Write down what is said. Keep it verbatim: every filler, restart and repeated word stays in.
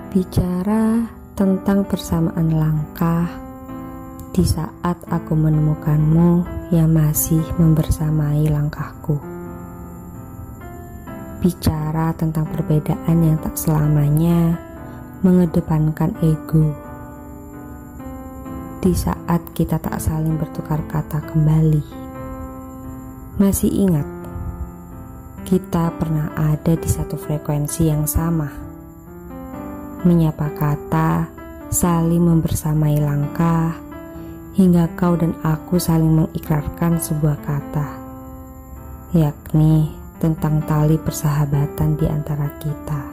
Bicara tentang persamaan langkah di saat aku menemukanmu yang masih membersamai langkahku. Bicara tentang perbedaan yang tak selamanya mengedepankan ego. Di saat kita tak saling bertukar kata kembali. Masih ingat, kita pernah ada di satu frekuensi yang sama. Menyapa kata, saling membersamai langkah, hingga kau dan aku saling mengikrarkan sebuah kata, yakni tentang tali persahabatan di antara kita.